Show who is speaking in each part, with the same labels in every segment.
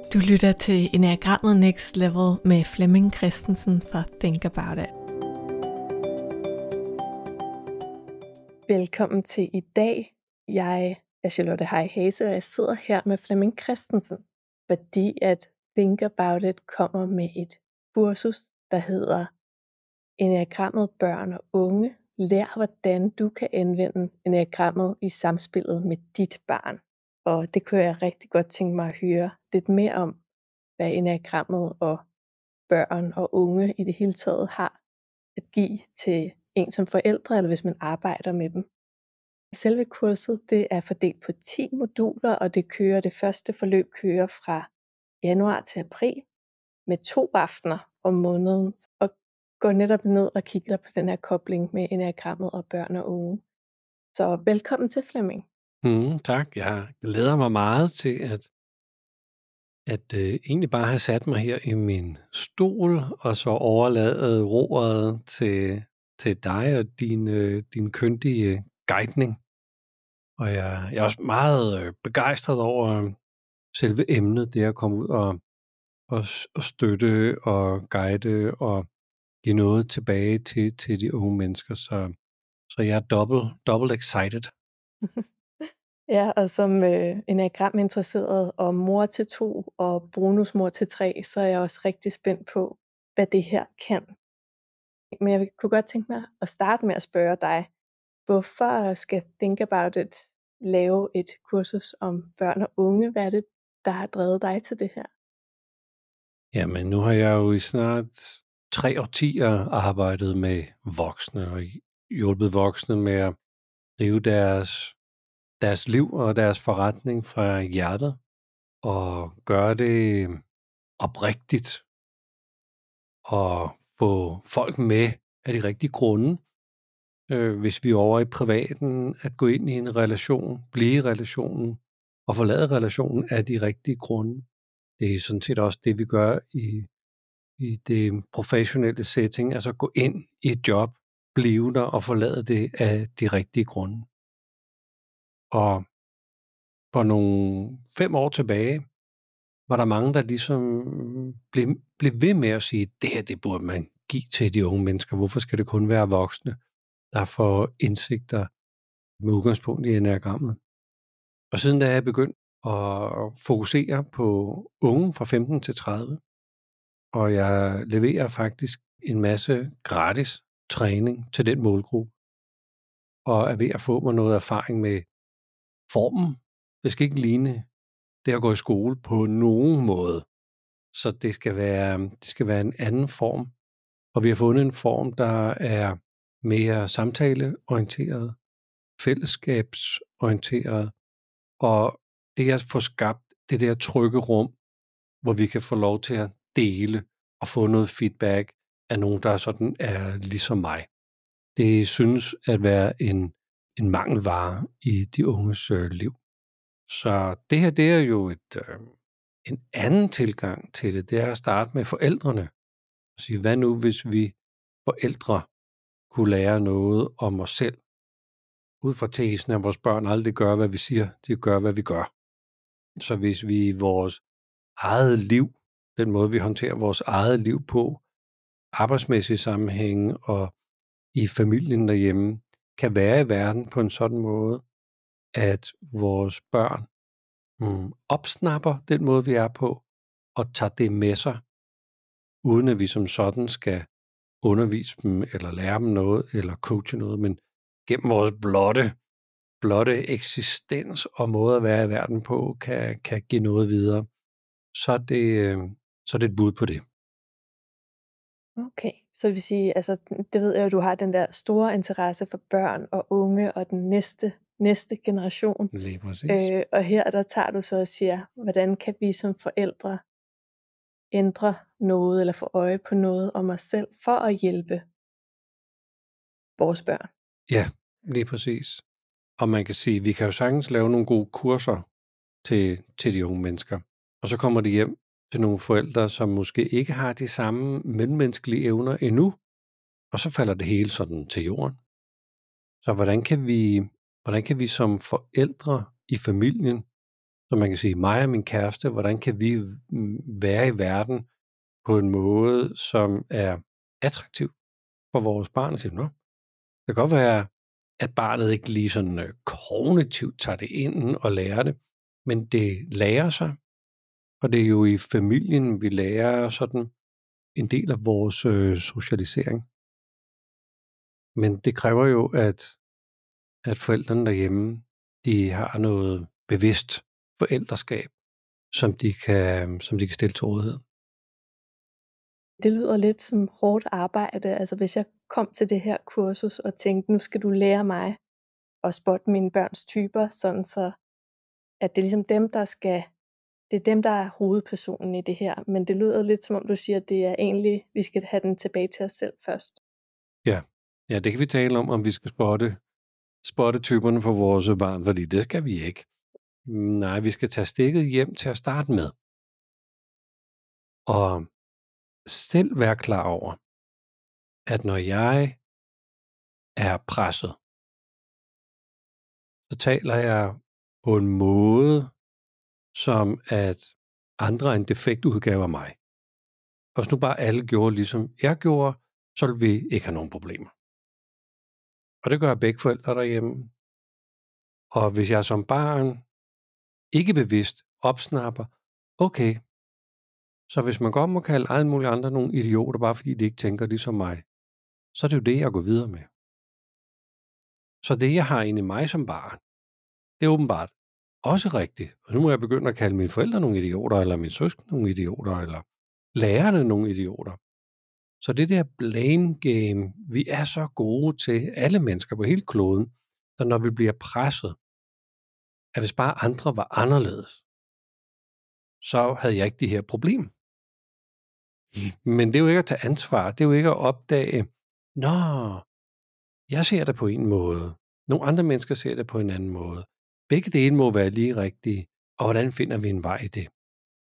Speaker 1: Du lytter til Enneagrammet Next Level med Flemming Christensen fra Think About It. Velkommen til i dag. Jeg er Charlotte Hase, og jeg sidder her med Flemming Christensen, fordi at Think About It kommer med et kursus, der hedder Enneagrammet børn og unge. Lær, hvordan du kan anvende enneagrammet i samspillet med dit barn. Og det kunne jeg rigtig godt tænke mig at høre lidt mere om, hvad enneagrammet og børn og unge i det hele taget har at give til en som forældre, eller hvis man arbejder med dem. Selve kurset det er fordelt på 10 moduler, og det første forløb kører fra januar til april med 2 aftener om måneden, og går netop ned og kigger på den her kobling med enneagrammet og børn og unge. Så velkommen til, Flemming.
Speaker 2: Tak. Jeg glæder mig meget til at egentlig bare have sat mig her i min stol, og så overlade roret til dig og din kyndige guidning. Og jeg er også meget begejstret over selve emnet, det at komme ud og støtte og guide og give noget tilbage til de unge mennesker. Så jeg er dobbelt excited.
Speaker 1: Ja, og som enneagram-interesseret og mor til 2 og bonusmor til 3, så er jeg også rigtig spændt på, hvad det her kan. Men jeg kunne godt tænke mig at starte med at spørge dig, hvorfor skal Think About It lave et kursus om børn og unge? Hvad er det, der har drevet dig til det her?
Speaker 2: Jamen, nu har jeg jo i snart 3 årtier arbejdet med voksne og hjulpet voksne med at drive deres liv og deres forretning fra hjertet og gøre det oprigtigt og få folk med af de rigtige grunde. Hvis vi er over i privaten, at gå ind i en relation, blive i relationen og forlade relationen af de rigtige grunde. Det er sådan set også det, vi gør i det professionelle setting, altså gå ind i et job, blive der og forlade det af de rigtige grunde. Og for nogle 5 år tilbage, var der mange, der ligesom blev ved med at sige, det her, det burde man give til de unge mennesker. Hvorfor skal det kun være voksne, der får indsigter med udgangspunkt i enneagrammet? Og siden da er jeg begyndt at fokusere på unge fra 15 til 30, og jeg leverer faktisk en masse gratis træning til den målgruppe, og er ved at få mig noget erfaring med formen. Det skal ikke ligne det at gå i skole på nogen måde, så det skal være en anden form, og vi har fundet en form, der er mere samtaleorienteret, fællesskabsorienteret, og det at få skabt det der trygge rum, hvor vi kan få lov til at dele og få noget feedback af nogen, der sådan er ligesom mig. Det synes at være en mangelvare i de unges liv. Så det her, det er jo en anden tilgang til det. Det er at starte med forældrene og sige, hvad nu hvis vi forældre kunne lære noget om os selv, ud fra tesen, at vores børn aldrig gør, hvad vi siger, de gør, hvad vi gør. Så hvis vi i vores eget liv, den måde vi håndterer vores eget liv på, arbejdsmæssige sammenhænge og i familien derhjemme, kan være i verden på en sådan måde, at vores børn opsnapper den måde, vi er på, og tager det med sig, uden at vi som sådan skal undervise dem, eller lære dem noget, eller coache noget, men gennem vores blotte eksistens og måde at være i verden på, kan give noget videre, så er det et bud på det.
Speaker 1: Okay, så det vil sige, altså det ved jeg jo, du har den der store interesse for børn og unge og den næste generation.
Speaker 2: Lige præcis.
Speaker 1: Og her der tager du så og siger, hvordan kan vi som forældre ændre noget eller få øje på noget om os selv for at hjælpe vores børn.
Speaker 2: Ja, lige præcis. Og man kan sige, vi kan jo sagtens lave nogle gode kurser til de unge mennesker. Og så kommer de hjem til nogle forældre, som måske ikke har de samme mellemmenneskelige evner endnu, og så falder det hele sådan til jorden. Så hvordan kan vi som forældre i familien Så man kan sige, mig og min kæreste, hvordan kan vi være i verden på en måde, som er attraktiv for vores barn? Og sige, nå, det kan godt være, at barnet ikke lige sådan kognitivt tager det ind og lærer det, men det lærer sig, og det er jo i familien, vi lærer sådan en del af vores socialisering. Men det kræver jo, at forældrene derhjemme, de har noget bevidst forældreskab, som de kan stille til rådighed.
Speaker 1: Det lyder lidt som hårdt arbejde. Altså hvis jeg kom til det her kursus og tænkte, nu skal du lære mig at spotte mine børns typer, sådan så at det er ligesom dem, det er dem, der er hovedpersonen i det her. Men det lyder lidt som om du siger, at det er egentlig, vi skal have den tilbage til os selv først.
Speaker 2: Ja, det kan vi tale om vi skal spotte typerne på vores barn, fordi det skal vi ikke. Nej, vi skal tage stikket hjem til at starte med. Og selv være klar over, at når jeg er presset, så taler jeg på en måde, som at andre er en defekt udgave af mig. Og hvis nu bare alle gjorde, ligesom jeg gjorde, så ville vi ikke have nogen problemer. Og det gør begge forældre derhjemme. Og hvis jeg som barn ikke bevidst opsnapper, okay, så hvis man godt må kalde alle mulige andre nogle idioter, bare fordi de ikke tænker ligesom mig, så er det jo det, jeg går videre med. Så det, jeg har inde i mig som barn, det er åbenbart også rigtigt. Og nu må jeg begynde at kalde mine forældre nogle idioter, eller mine søskende nogle idioter, eller lærerne nogle idioter. Så det der blame game, vi er så gode til, alle mennesker på hele kloden, så når vi bliver presset, at hvis bare andre var anderledes, så havde jeg ikke de her problemer. Men det er jo ikke at tage ansvar, det er jo ikke at opdage, nå, jeg ser det på en måde, nogle andre mennesker ser det på en anden måde. Begge dele må være lige rigtige, og hvordan finder vi en vej i det?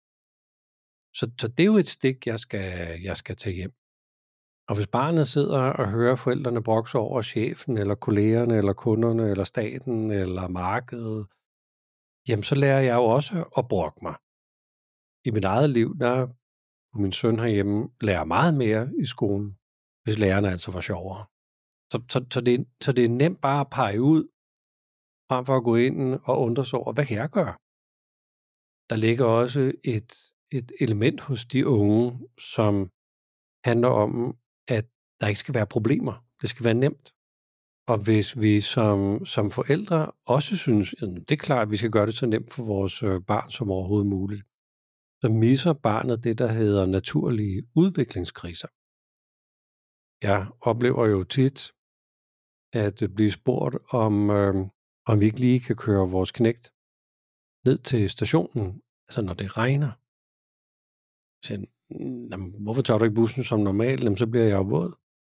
Speaker 2: Så det er jo et stik, jeg skal tage hjem. Og hvis barnet sidder og hører forældrene brokse over chefen, eller kollegerne, eller kunderne, eller staten, eller markedet, jamen så lærer jeg jo også at brokke mig. I mit eget liv, der kunne min søn herhjemme lære meget mere i skolen, hvis lærerne altså var sjovere. Så det er nemt bare at pege ud, frem for at gå ind og undre sig over, hvad kan jeg gøre? Der ligger også et element hos de unge, som handler om, at der ikke skal være problemer. Det skal være nemt. Og hvis vi som forældre også synes, at det er klart, at vi skal gøre det så nemt for vores barn som overhovedet muligt, så misser barnet det, der hedder naturlige udviklingskriser. Jeg oplever jo tit at blive spurgt, om vi ikke lige kan køre vores knægt ned til stationen, altså når det regner. Så, hvorfor tager du ikke bussen som normalt? Jamen, så bliver jeg jo våd.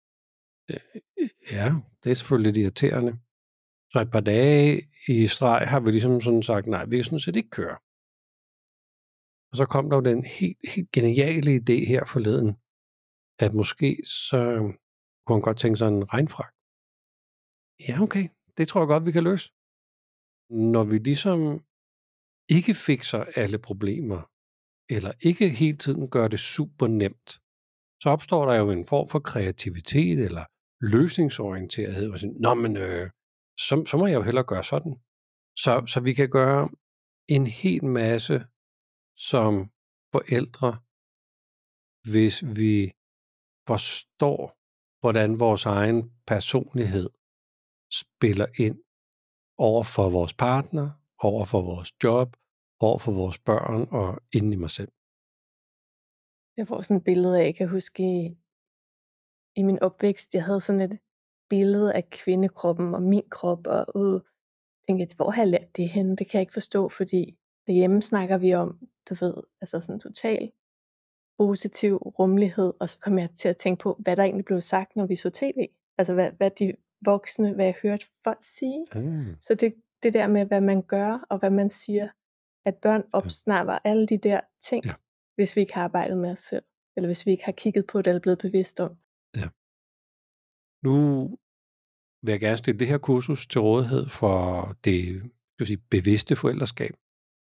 Speaker 2: Ja, det er selvfølgelig lidt irriterende. Så et par dage i streg har vi ligesom sådan sagt, nej, vi kan sådan set ikke køre. Og så kom der jo den helt geniale idé her forleden, at måske så kunne han godt tænke sig en regnfrak. Ja, okay, det tror jeg godt, vi kan løse. Når vi ligesom ikke fikser alle problemer, eller ikke hele tiden gør det super nemt, så opstår der jo en form for kreativitet eller løsningsorienterethed. Og sådan, nå, men så må jeg jo hellere gøre sådan. Så vi kan gøre en hel masse som forældre, hvis vi forstår, hvordan vores egen personlighed spiller ind over for vores partner, over for vores job, over for vores børn og inden i mig selv.
Speaker 1: Jeg får sådan et billede af, jeg kan huske i min opvækst, jeg havde sådan et billede af kvindekroppen og min krop, og tænkte, hvor har jeg lært det henne? Det kan jeg ikke forstå, fordi derhjemme snakker vi om, du ved, altså sådan total positiv rummelighed, og så kom jeg til at tænke på, hvad der egentlig blev sagt, når vi så tv. Altså hvad de voksne, hvad jeg hørte folk sige. Så det der med, hvad man gør, og hvad man siger, at børn opsnapper alle de der ting, hvis vi ikke har arbejdet med os selv, eller hvis vi ikke har kigget på det, eller blevet bevidst om.
Speaker 2: Ja. Nu vil jeg gerne stille det her kursus til rådighed for det bevidste forældreskab.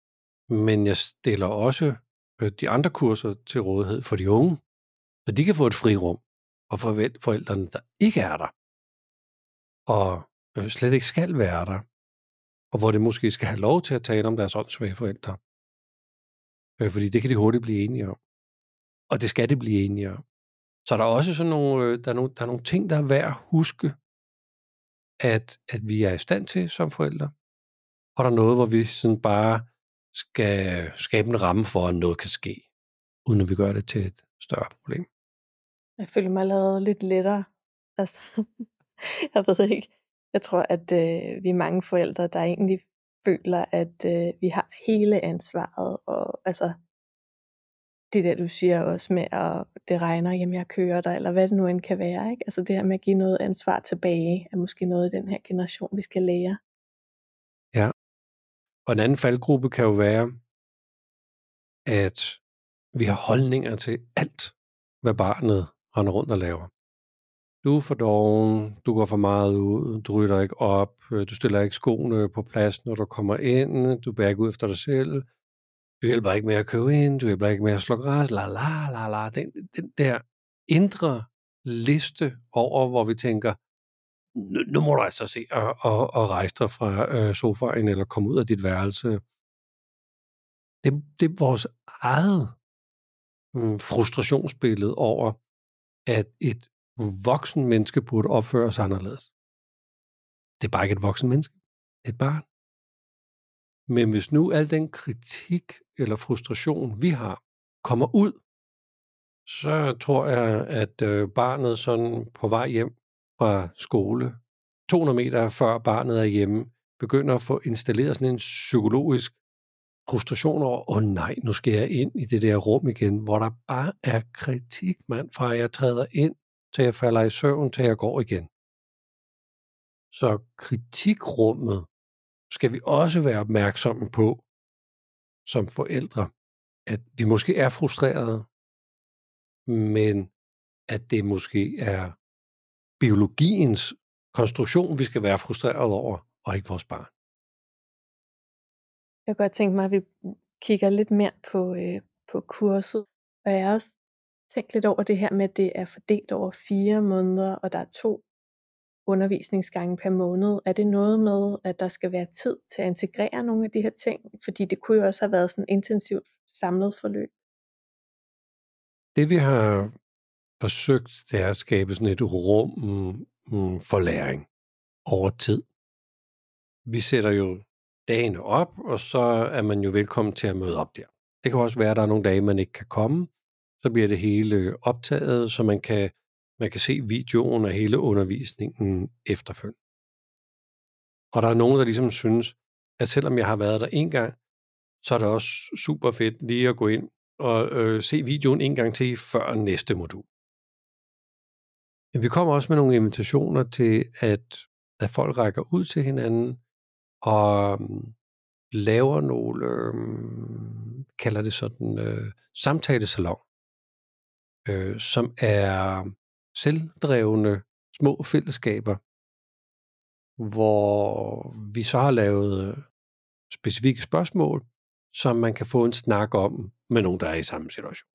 Speaker 2: Men jeg stiller også de andre kurser til rådighed for de unge, så de kan få et frirum, og forældrene, der ikke er der, og slet ikke skal være der, og hvor det måske skal have lov til at tale om deres åndssvage forældre. Fordi det kan de hurtigt blive enige om. Og det skal de blive enige om. Så der er også sådan nogle, der er nogle ting, der er værd at huske, at vi er i stand til som forældre. Og der er noget, hvor vi sådan bare skal skabe en ramme for, at noget kan ske, uden at vi gør det til et større problem.
Speaker 1: Jeg føler mig lavet lidt lettere. Altså, jeg ved ikke. Jeg tror, at vi er mange forældre, der egentlig føler, at vi har hele ansvaret. Og altså, det der, du siger også med, at det regner, jamen jeg kører dig, eller hvad det nu end kan være. Ikke? Altså det her med at give noget ansvar tilbage, er måske noget i den her generation, vi skal lære.
Speaker 2: Ja. Og en anden faldgruppe kan jo være, at vi har holdninger til alt, hvad barnet render rundt og laver. Du er for doven, du går for meget ud, du rydder ikke op, du stiller ikke skoene på plads, når du kommer ind, du bærer ikke ud efter dig selv, du hjælper ikke med at købe ind, du hjælper ikke med at slå græs, la. Den der indre liste over, hvor vi tænker, nu må du altså se og rejse dig fra sofaen, eller komme ud af dit værelse. Det er vores eget frustrationsbillede over, at et voksen menneske burde opføre sig anderledes. Det er bare ikke et voksen menneske. Det er et barn. Men hvis nu al den kritik eller frustration, vi har, kommer ud, så tror jeg, at barnet sådan på vej hjem fra skole, 200 meter før barnet er hjemme, begynder at få installeret sådan en psykologisk frustration over, nej, nu skal jeg ind i det der rum igen, hvor der bare er kritik, mand, fra jeg træder ind, til jeg falder i søvn, til jeg går igen. Så kritikrummet skal vi også være opmærksomme på som forældre, at vi måske er frustrerede, men at det måske er biologiens konstruktion, vi skal være frustreret over, og ikke vores barn.
Speaker 1: Jeg kunne godt tænke mig, at vi kigger lidt mere på kurset. Og jeg har også tænkt lidt over det her med, at det er fordelt over 4 måneder, og der er 2 undervisningsgange per måned. Er det noget med, at der skal være tid til at integrere nogle af de her ting? Fordi det kunne jo også have været sådan et intensivt samlet forløb.
Speaker 2: Det vi har forsøgt, det er at skabe sådan et rum for læring over tid. Vi sætter jo dagene op, og så er man jo velkommen til at møde op der. Det kan også være, at der er nogle dage, man ikke kan komme. Så bliver det hele optaget, så man kan se videoen af hele undervisningen efterfølgende. Og der er nogen, der ligesom synes, at selvom jeg har været der en gang, så er det også super fedt lige at gå ind og se videoen en gang til før næste modul. Men vi kommer også med nogle invitationer til, at folk rækker ud til hinanden og laver nogle, kalder det sådan, samtalesalon, som er selvdrevne små fællesskaber, hvor vi så har lavet specifikke spørgsmål, som man kan få en snak om med nogen, der er i samme situation.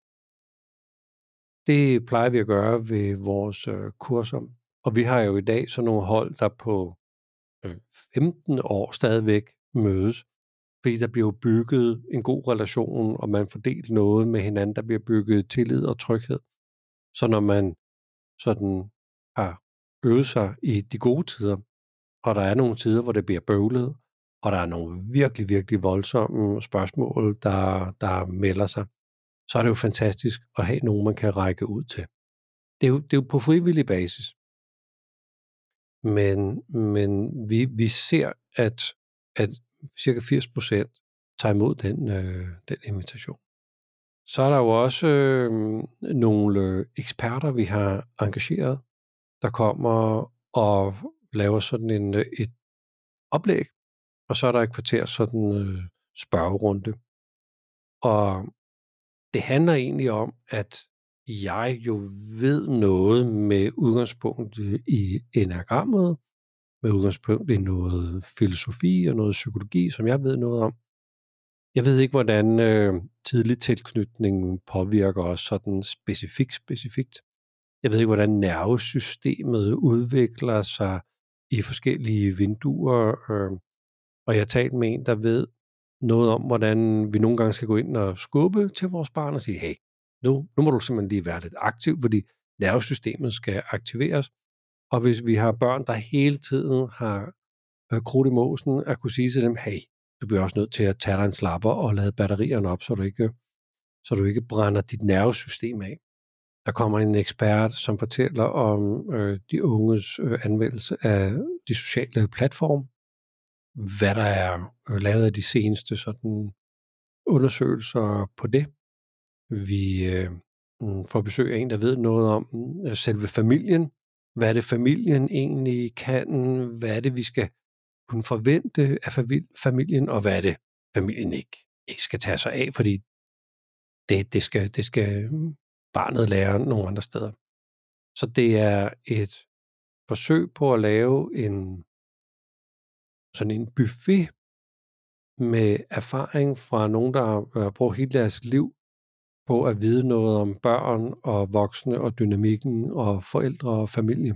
Speaker 2: Det plejer vi at gøre ved vores kurser, og vi har jo i dag sådan nogle hold, der på 15 år stadigvæk mødes, fordi der bliver bygget en god relation, og man får delt noget med hinanden, der bliver bygget tillid og tryghed. Så når man sådan har øvet sig i de gode tider, og der er nogle tider, hvor det bliver bøvlet, og der er nogle virkelig, virkelig voldsomme spørgsmål, der melder sig, så er det jo fantastisk at have nogen, man kan række ud til. Det er jo på frivillig basis. Men vi ser, at cirka 80% tager imod den invitation. Så er der jo også nogle eksperter, vi har engageret, der kommer og laver sådan et oplæg, og så er der et kvarter sådan spørgerunde. Og det handler egentlig om, at jeg jo ved noget med udgangspunkt i enagrammet, med udgangspunkt i noget filosofi og noget psykologi, som jeg ved noget om. Jeg ved ikke, hvordan tidlig tilknytning påvirker os sådan specifikt. Jeg ved ikke, hvordan nervesystemet udvikler sig i forskellige vinduer. Og jeg har talt med en, der ved noget om, hvordan vi nogle gange skal gå ind og skubbe til vores barn og sige, hey, nu må du simpelthen lige være lidt aktiv, fordi nervesystemet skal aktiveres. Og hvis vi har børn, der hele tiden har krudt i mosen, at kunne sige til dem, hey, du bliver også nødt til at tage dig en slapper og lade batterierne op, så du ikke brænder dit nervesystem af. Der kommer en ekspert, som fortæller om de unges anvendelse af de sociale platforme, hvad der er lavet af de seneste sådan undersøgelser på det. Vi får besøg af en, der ved noget om selve familien. Hvad er det, familien egentlig kan? Hvad er det, vi skal kunne forvente af familien? Og hvad er det, familien ikke skal tage sig af? Fordi det skal barnet lære nogle andre steder. Så det er et forsøg på at lave sådan en buffet med erfaring fra nogen, der har brugt hele deres liv på at vide noget om børn og voksne og dynamikken og forældre og familie,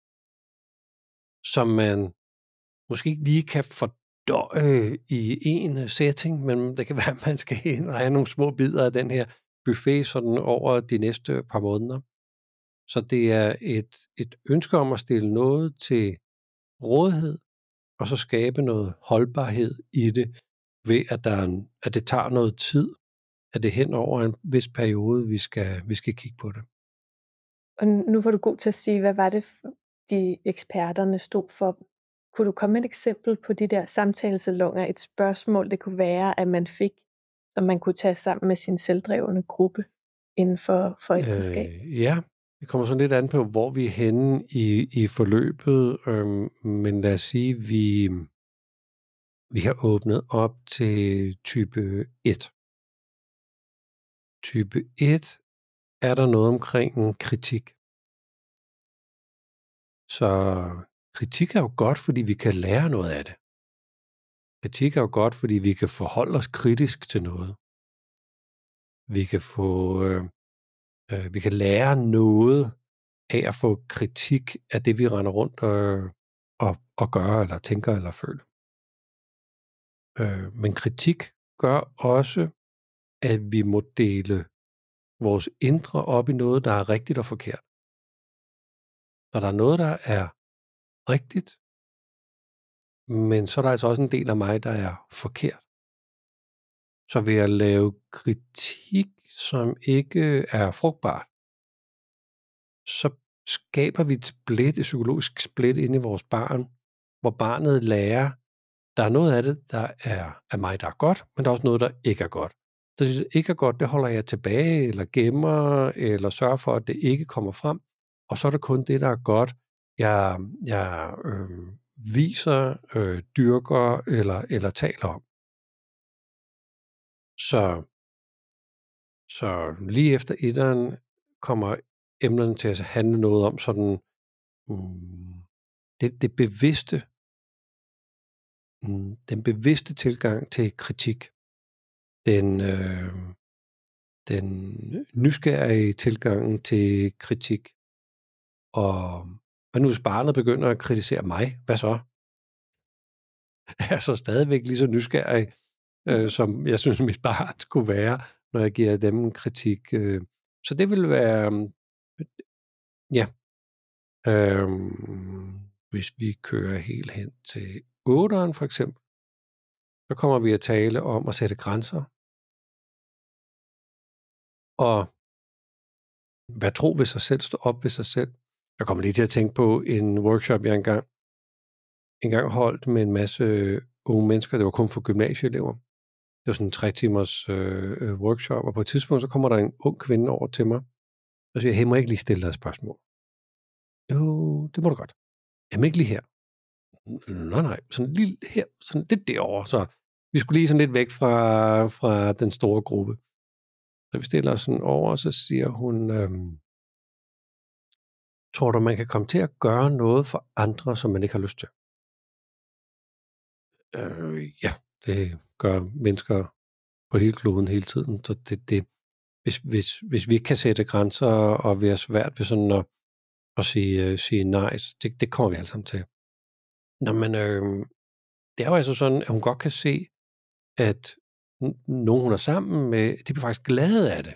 Speaker 2: som man måske ikke lige kan fordøje i en setting, men det kan være, at man skal ind og have nogle små bidder af den her buffet sådan over de næste par måneder. Så det er et ønske om at stille noget til rådighed, og så skabe noget holdbarhed i det, ved at det tager noget tid, at det hen over en vis periode, vi skal kigge på det.
Speaker 1: Og nu var du god til at sige, hvad var det, de eksperterne stod for? Kunne du komme med et eksempel på de der samtalesalonger? Et spørgsmål, det kunne være, at man fik, som man kunne tage sammen med sin selvdrevne gruppe inden for forældreskab?
Speaker 2: Ja, det kommer sådan lidt an på, hvor vi er henne i forløbet, men lad os sige, vi har åbnet op til type 1. Type 1 er der noget omkring en kritik. Så kritik er jo godt, fordi vi kan lære noget af det. Kritik er jo godt, fordi vi kan forholde os kritisk til noget. Vi kan lære noget af at få kritik af det, vi render rundt og gør, eller tænker, eller føler. Men kritik gør også, at vi må dele vores indre op i noget, der er rigtigt og forkert. Så der er noget, der er rigtigt, men så er der altså også en del af mig, der er forkert. Så ved at lave kritik, som ikke er frugtbart, så skaber vi et psykologisk split inde i vores barn, hvor barnet lærer, der er noget af det, der er af mig, der er godt, men der er også noget, der ikke er godt. Så det, der ikke er godt, det holder jeg tilbage, eller gemmer, eller sørger for, at det ikke kommer frem. Og så er det kun det, der er godt, jeg viser, dyrker, eller taler om. Så lige efter etteren kommer emnerne til at handle noget om sådan det bevidste, den bevidste tilgang til kritik, den nysgerrige tilgang til kritik, og hvad nu hvis barnet begynder at kritisere mig, hvad så? Jeg er så stadigvæk lige så nysgerrig, som jeg synes, mit barn skulle være, når jeg giver dem en kritik. Så det vil være, ja, hvis vi kører helt hen til 8'eren for eksempel, så kommer vi at tale om at sætte grænser. Og hvad tro ved sig selv, stå op ved sig selv. Jeg kommer lige til at tænke på en workshop, jeg engang holdt med en masse unge mennesker. Det var kun for gymnasieelever. Det var sådan en 3 timers workshop, og på et tidspunkt, så kommer der en ung kvinde over til mig, og siger, hey, må jeg ikke lige stille dig et spørgsmål? Jo, det må du godt. Jamen ikke lige her. Nej, sådan lige her, sådan lidt derovre, så vi skulle lige sådan lidt væk fra den store gruppe. Så vi stiller os sådan over, og så siger hun, tror du, man kan komme til at gøre noget for andre, som man ikke har lyst til? Ja, det gør mennesker på hele kloden hele tiden. Så hvis vi ikke kan sætte grænser, og vi har svært ved sådan at sige nej, så det kommer vi alle sammen til. Nå, men det er jo altså sådan, at hun godt kan se, at nogen, hun er sammen med, de bliver faktisk glade af det.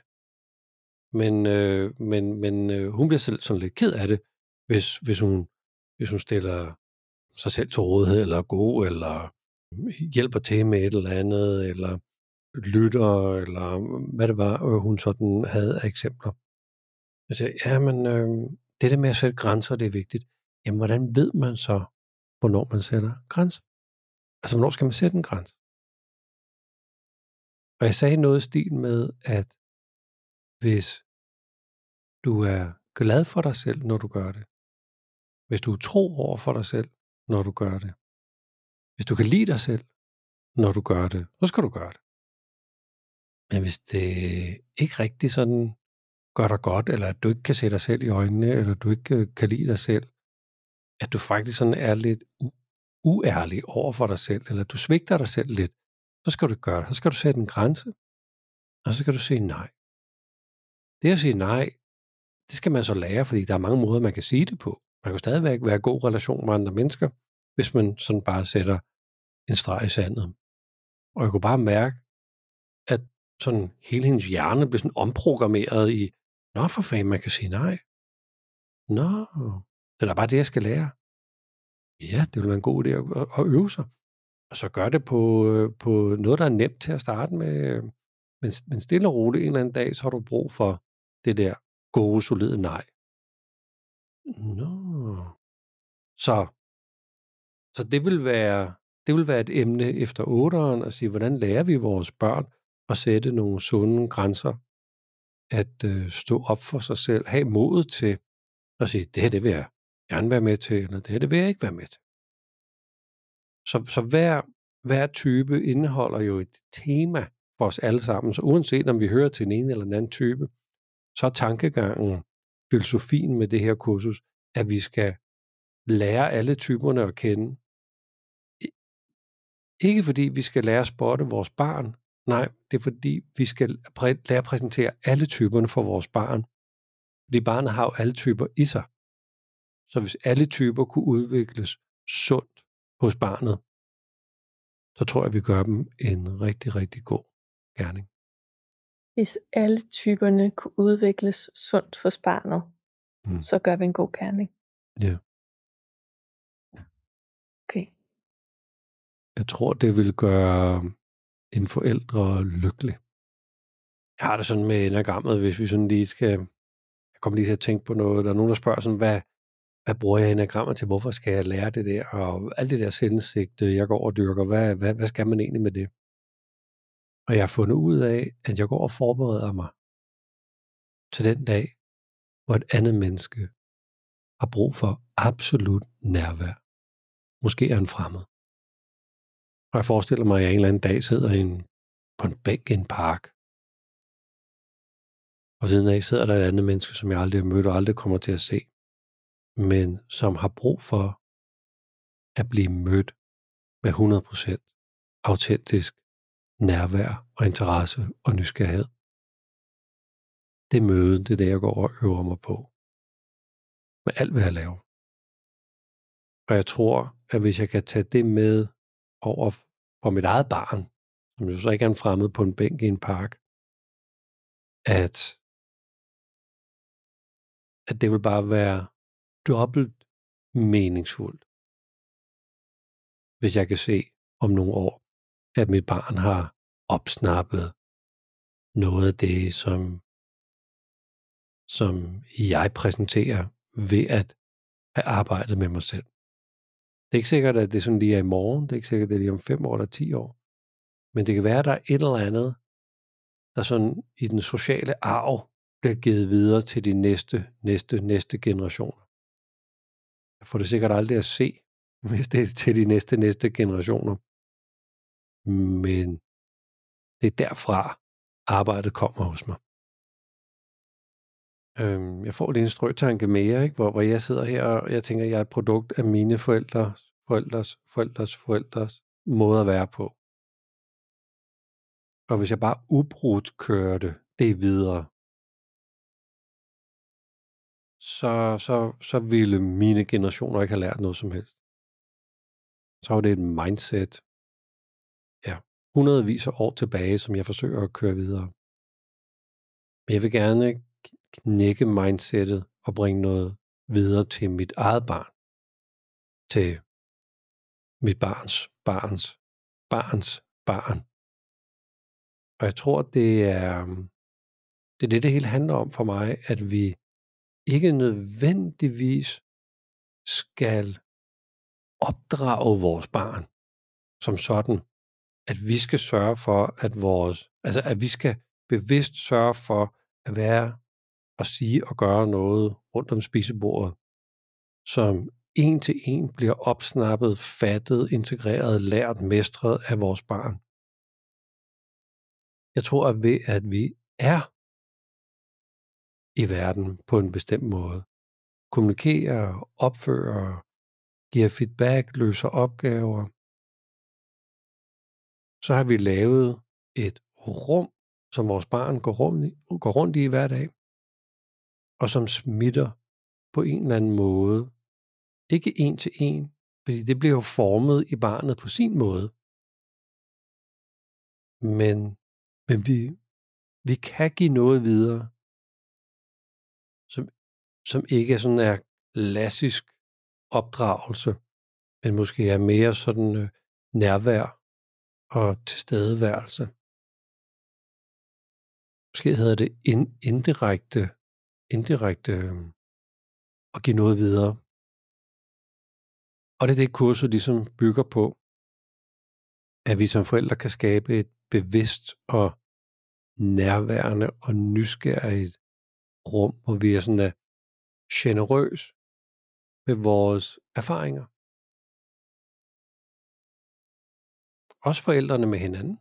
Speaker 2: Men hun bliver selv sådan lidt ked af det, hvis hun stiller sig selv til rådighed, eller er god, eller hjælper til med et eller andet, eller lytter, eller hvad det var, hun sådan havde af eksempler. Jeg siger, det der med at sætte grænser, det er vigtigt. Jamen, hvordan ved man så, hvornår man sætter grænser? Altså, hvornår skal man sætte en grænse? Og jeg sagde noget i stil med, at hvis du er glad for dig selv, når du gør det, hvis du er tro over for dig selv, når du gør det, hvis du kan lide dig selv, når du gør det, så skal du gøre det. Men hvis det ikke rigtig sådan gør dig godt, eller at du ikke kan se dig selv i øjnene, eller du ikke kan lide dig selv, at du faktisk sådan er lidt uærlig over for dig selv, eller du svigter dig selv lidt, så skal du gøre det. Så skal du sætte en grænse, og så skal du sige nej. Det at sige nej, det skal man så lære, fordi der er mange måder, man kan sige det på. Man kan stadigvæk være i god relation med andre mennesker, hvis man sådan bare sætter en streg i sandet. Og jeg kunne bare mærke, at sådan hele hendes hjerne blev sådan omprogrammeret i, nå for fanden, man kan sige nej. Nå, det er bare det, jeg skal lære. Ja, det vil være en god idé at øve sig. Og så gør det på noget, der er nemt til at starte med. Men stille og roligt en eller anden dag, så har du brug for det der gode, solide nej. Nå. Så det vil være et emne efter 8'eren at sige, hvordan lærer vi vores børn at sætte nogle sunde grænser, at stå op for sig selv, have modet til at sige, det her det vil jeg gerne være med til, eller det her det vil jeg ikke være med til. Så hver type indeholder jo et tema for os alle sammen, så uanset om vi hører til en ene eller den anden type, så er tankegangen, filosofien med det her kursus, at vi skal lære alle typerne at kende. Ikke fordi vi skal lære at spotte vores barn, nej, det er fordi vi skal lære at præsentere alle typerne for vores barn. Fordi barnet har jo alle typer i sig. Så hvis alle typer kunne udvikles sundt hos barnet, så tror jeg, vi gør dem en rigtig, rigtig god gerning.
Speaker 1: Hvis alle typerne kunne udvikles sundt hos barnet, så gør vi en god gerning.
Speaker 2: Ja.
Speaker 1: Okay.
Speaker 2: Jeg tror, det vil gøre en forældre lykkelig. Jeg har det sådan med enagrammet, hvis vi sådan lige skal... Jeg kommer lige til at tænke på noget. Der er nogen, der spørger sådan, hvad bruger jeg enagrammet til? Hvorfor skal jeg lære det der? Og alt det der selvsigte, jeg går og dyrker. Hvad skal man egentlig med det? Og jeg har fundet ud af, at jeg går og forbereder mig til den dag, hvor et andet menneske har brug for absolut nærvær. Måske er en fremmed. Og jeg forestiller mig, at jeg en eller anden dag sidder på en bænk i en park. Og siden af sidder der et andet menneske, som jeg aldrig har mødt og aldrig kommer til at se. Men som har brug for at blive mødt med 100% autentisk nærvær og interesse og nysgerrighed. Det møde, det er det, jeg går og øver mig på. Med alt, hvad jeg laver. Og jeg tror, at hvis jeg kan tage det med over for mit eget barn, som jo så ikke er en fremmed på en bænk i en park, at det vil bare være dobbelt meningsfuldt, hvis jeg kan se om nogle år, at mit barn har opsnappet noget af det, som jeg præsenterer ved at have arbejdet med mig selv. Det er ikke sikkert, at det sådan lige er i morgen. Det er ikke sikkert, at det er lige om 5 år eller 10 år. Men det kan være, at der er et eller andet, der sådan i den sociale arv bliver givet videre til de næste generationer. Jeg får det sikkert aldrig at se, hvis det er til de næste generationer. Men det er derfra, arbejdet kommer hos mig. Jeg får lige en strøtanke mere, ikke? Hvor jeg sidder her, og jeg tænker, at jeg er et produkt af mine forældres måde at være på. Og hvis jeg bare ubrudt kørte det videre, så ville mine generationer ikke have lært noget som helst. Så var det et mindset, ja, hundredvis af år tilbage, som jeg forsøger at køre videre. Men jeg vil gerne knække mindsetet og bringe noget videre til mit eget barn. Til mit barns barn. Og jeg tror, det er det hele handler om for mig, at vi ikke nødvendigvis skal opdrage vores barn som sådan, at vi skal sørge for, at vi skal bevidst sørge for at være og sige og gøre noget rundt om spisebordet, som en til en bliver opsnappet, fattet, integreret, lært, mestret af vores barn. Jeg tror, at ved at vi er i verden på en bestemt måde, kommunikerer, opfører, giver feedback, løser opgaver, så har vi lavet et rum, som vores barn går rundt i hver dag, og som smitter på en eller anden måde. Ikke en til en, fordi det bliver jo formet i barnet på sin måde. Men vi kan give noget videre, som ikke sådan er klassisk opdragelse, men måske er mere sådan nærvær og tilstedeværelse. Måske hedder det indirekte at give noget videre. Og det er det, kurset ligesom bygger på, at vi som forældre kan skabe et bevidst og nærværende og nysgerrigt rum, hvor vi er sådan generøs med vores erfaringer. Også forældrene med hinanden.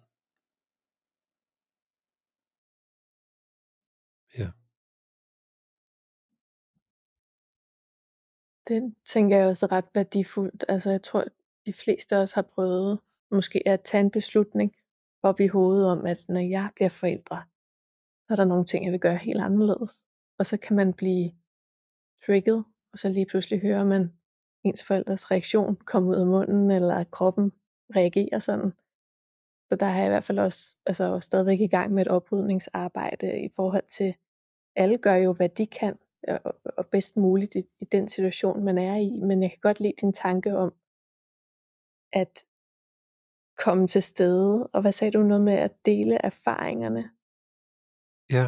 Speaker 2: Ja.
Speaker 1: Det tænker jeg også er ret værdifuldt. Altså, jeg tror, de fleste også har prøvet måske at tage en beslutning op i hovedet om, at når jeg bliver forældre, så er der nogle ting, jeg vil gøre helt anderledes. Og så kan man blive trigget, og så lige pludselig hører man ens forældres reaktion komme ud af munden, eller at kroppen reagerer sådan. Så der er jeg i hvert fald også stadigvæk i gang med et oprydningsarbejde i forhold til, alle gør jo, hvad de kan, og bedst muligt i den situation, man er i. Men jeg kan godt lide din tanke om, at komme til stede. Og hvad sagde du noget med at dele erfaringerne?
Speaker 2: Ja,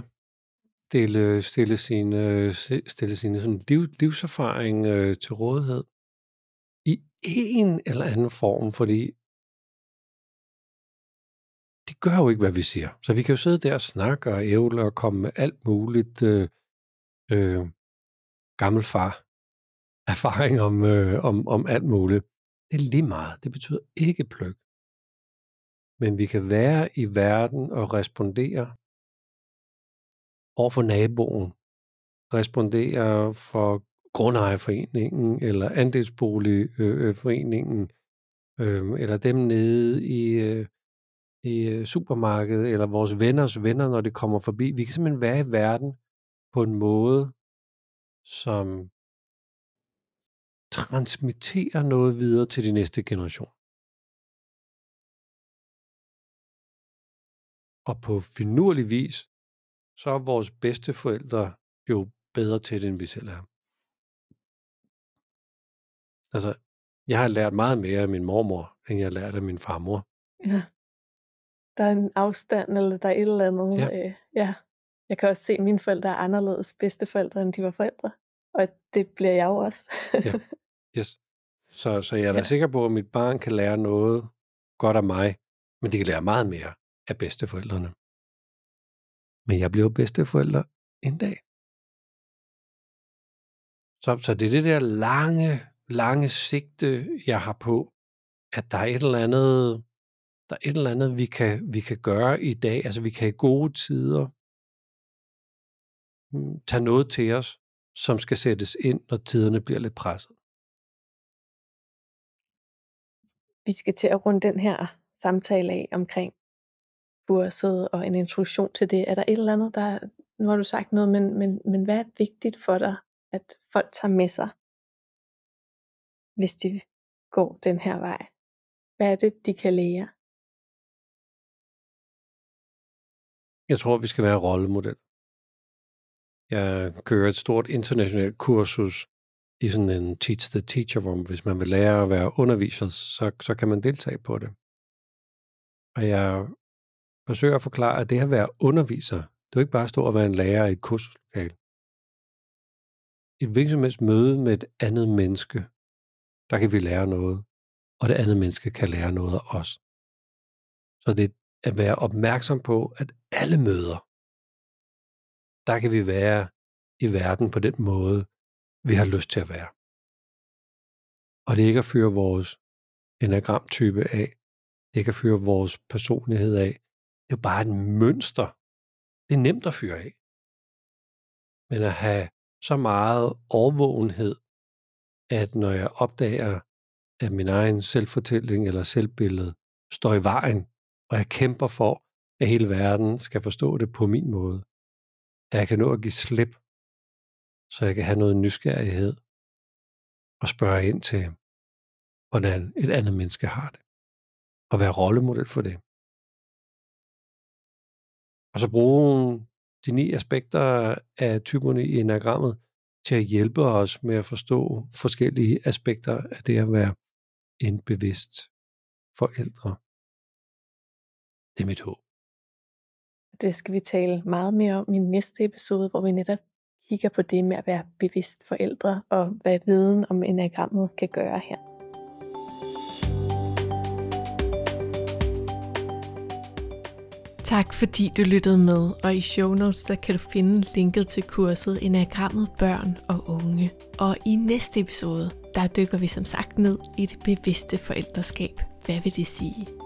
Speaker 2: stille sin sådan livserfaring til rådighed i en eller anden form, fordi de gør jo ikke, hvad vi siger. Så vi kan jo sidde der og snakke og ævle og komme med alt muligt gammel far erfaring om alt muligt. Det er lige meget. Det betyder ikke pløk. Men vi kan være i verden og respondere over for naboen, respondere for grundejerforeningen eller andelsboligforeningen, eller dem nede i supermarkedet, eller vores venners venner, når det kommer forbi. Vi kan simpelthen være i verden på en måde, som transmitterer noget videre til de næste generation. Og på finurlig vis, så er vores bedsteforældre jo bedre til det, end vi selv er. Altså, jeg har lært meget mere af min mormor, end jeg har lært af min farmor.
Speaker 1: Ja. Der er en afstand, eller der er et eller andet.
Speaker 2: Ja.
Speaker 1: Ja. Jeg kan også se, at mine forældre er anderledes bedsteforældre, end de var forældre. Og det bliver jeg jo også.
Speaker 2: Ja. Yes. Så jeg er da sikker på, at mit barn kan lære noget godt af mig, men de kan lære meget mere af bedsteforældrene. Men jeg bliver bedsteforælder en dag. Så det er det der lange sigte, jeg har på, at der er et eller andet, vi kan gøre i dag. Altså vi kan i gode tider tage noget til os, som skal sættes ind, når tiderne bliver lidt presset.
Speaker 1: Vi skal til at runde den her samtale af omkring kurset og en introduktion til det? Er der et eller andet, der, nu har du sagt noget, men hvad er vigtigt for dig, at folk tager med sig, hvis de går den her vej? Hvad er det, de kan lære?
Speaker 2: Jeg tror, vi skal være rollemodel. Jeg kører et stort internationalt kursus i sådan en Teach the Teacher, hvor hvis man vil lære at være underviser, så kan man deltage på det. Og jeg forsøger at forklare, at det at være underviser, det er jo ikke bare at stå og være en lærer i et kursuslokale. I et hvilket som helst møde med et andet menneske, der kan vi lære noget, og det andet menneske kan lære noget af os. Så det at være opmærksom på, at alle møder, der kan vi være i verden på den måde, vi har lyst til at være. Og det er ikke at fyre vores enagramtype af, det er ikke at fyre vores personlighed af, det er bare et mønster. Det er nemt at fyre af. Men at have så meget overvågenhed, at når jeg opdager, at min egen selvfortælling eller selvbillede står i vejen, og jeg kæmper for, at hele verden skal forstå det på min måde, at jeg kan nå at give slip, så jeg kan have noget nysgerrighed og spørge ind til, hvordan et andet menneske har det, og være rollemodel for det. Og så bruge de 9 aspekter af typerne i enagrammet til at hjælpe os med at forstå forskellige aspekter af det at være en bevidst forældre. Det er mit håb.
Speaker 1: Det skal vi tale meget mere om i næste episode, hvor vi netop kigger på det med at være bevidst forældre, og hvad viden om enagrammet kan gøre her. Tak fordi du lyttede med, og i show notes der kan du finde linket til kurset Enagrammet Børn og Unge. Og i næste episode, der dykker vi som sagt ned i det bevidste forældreskab. Hvad vil det sige?